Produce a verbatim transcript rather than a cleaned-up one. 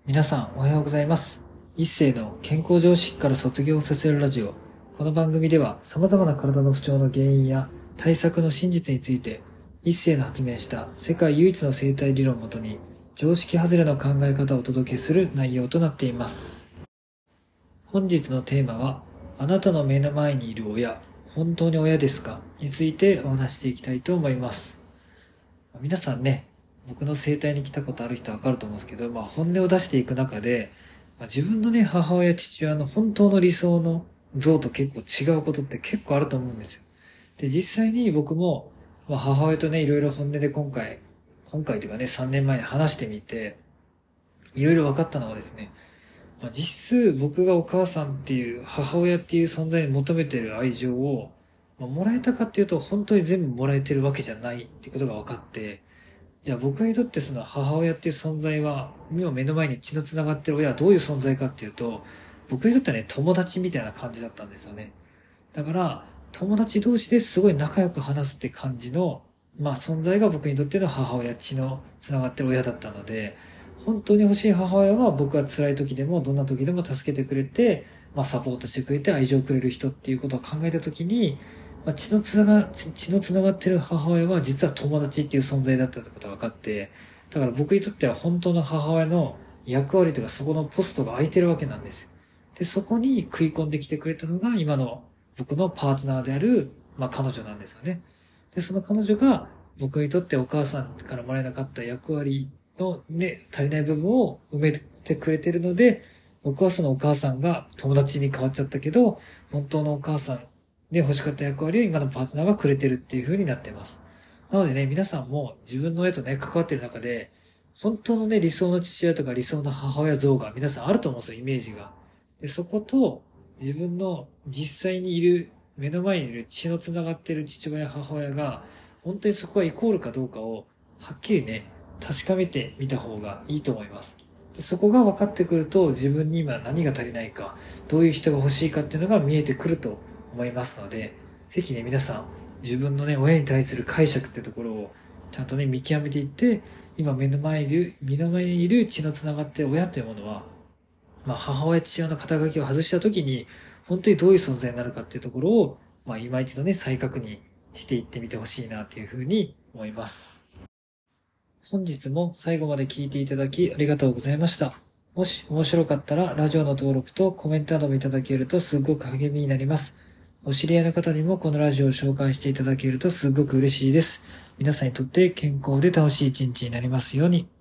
皆さんおはようございます。一世の健康常識から卒業させるラジオ。この番組では様々な体の不調の原因や対策の真実について、一世の発明した世界唯一の生態理論をもとに常識外れの考え方をお届けする内容となっています。本日のテーマは、あなたの目の前にいる親、本当に親ですかについてお話していきたいと思います。皆さんね、僕の生態に来たことある人はわかると思うんですけど、まあ本音を出していく中で、まあ、自分のね、母親、父親の本当の理想の像と結構違うことって結構あると思うんですよ。で、実際に僕も、まあ、母親とね、いろいろ本音で今回、今回というかね、さんねんまえに話してみて、いろいろ分かったのはですね、まあ、実質僕がお母さんっていう母親っていう存在に求めている愛情を、まあ、もらえたかっていうと本当に全部もらえてるわけじゃないっていうことが分かって、じゃあ僕にとってその母親っていう存在は、今目の前に血の繋がってる親はどういう存在かっていうと、僕にとってはね、友達みたいな感じだったんですよね。だから、友達同士ですごい仲良く話すって感じの、まあ存在が僕にとっての母親、血の繋がってる親だったので、本当に欲しい母親は僕が辛い時でもどんな時でも助けてくれて、まあサポートしてくれて愛情をくれる人っていうことを考えた時に、まあ、血のつなが、血のつながってる母親は実は友達っていう存在だったってことが分かって、だから僕にとっては本当の母親の役割というかそこのポストが空いてるわけなんですよ。で、そこに食い込んできてくれたのが今の僕のパートナーである、まあ彼女なんですよね。で、その彼女が僕にとってお母さんからもらえなかった役割のね、足りない部分を埋めてくれてるので、僕はそのお母さんが友達に変わっちゃったけど、本当のお母さんで欲しかった役割を今のパートナーがくれてるっていう風になってます。なのでね、皆さんも自分の親とね、関わってる中で、本当のね、理想の父親とか理想の母親像が皆さんあると思うんですよ、イメージが。で、そこと自分の実際にいる、目の前にいる血の繋がっている父親、母親が、本当にそこがイコールかどうかを、はっきりね、確かめてみた方がいいと思います。でそこが分かってくると、自分に今何が足りないか、どういう人が欲しいかっていうのが見えてくると思いますので、ぜひね、皆さん、自分のね、親に対する解釈ってところを、ちゃんとね、見極めていって、今目の前にいる、目の前にいる血の繋がっている親というものは、まあ、母親、父親の肩書きを外したときに、本当にどういう存在になるかっていうところを、まあ、今一度ね、再確認していってみてほしいなというふうに思います。本日も最後まで聞いていただきありがとうございました。もし面白かったら、ラジオの登録とコメントなどもいただけるとすっごく励みになります。お知り合いの方にもこのラジオを紹介していただけるとすっごく嬉しいです。皆さんにとって健康で楽しい一日になりますように。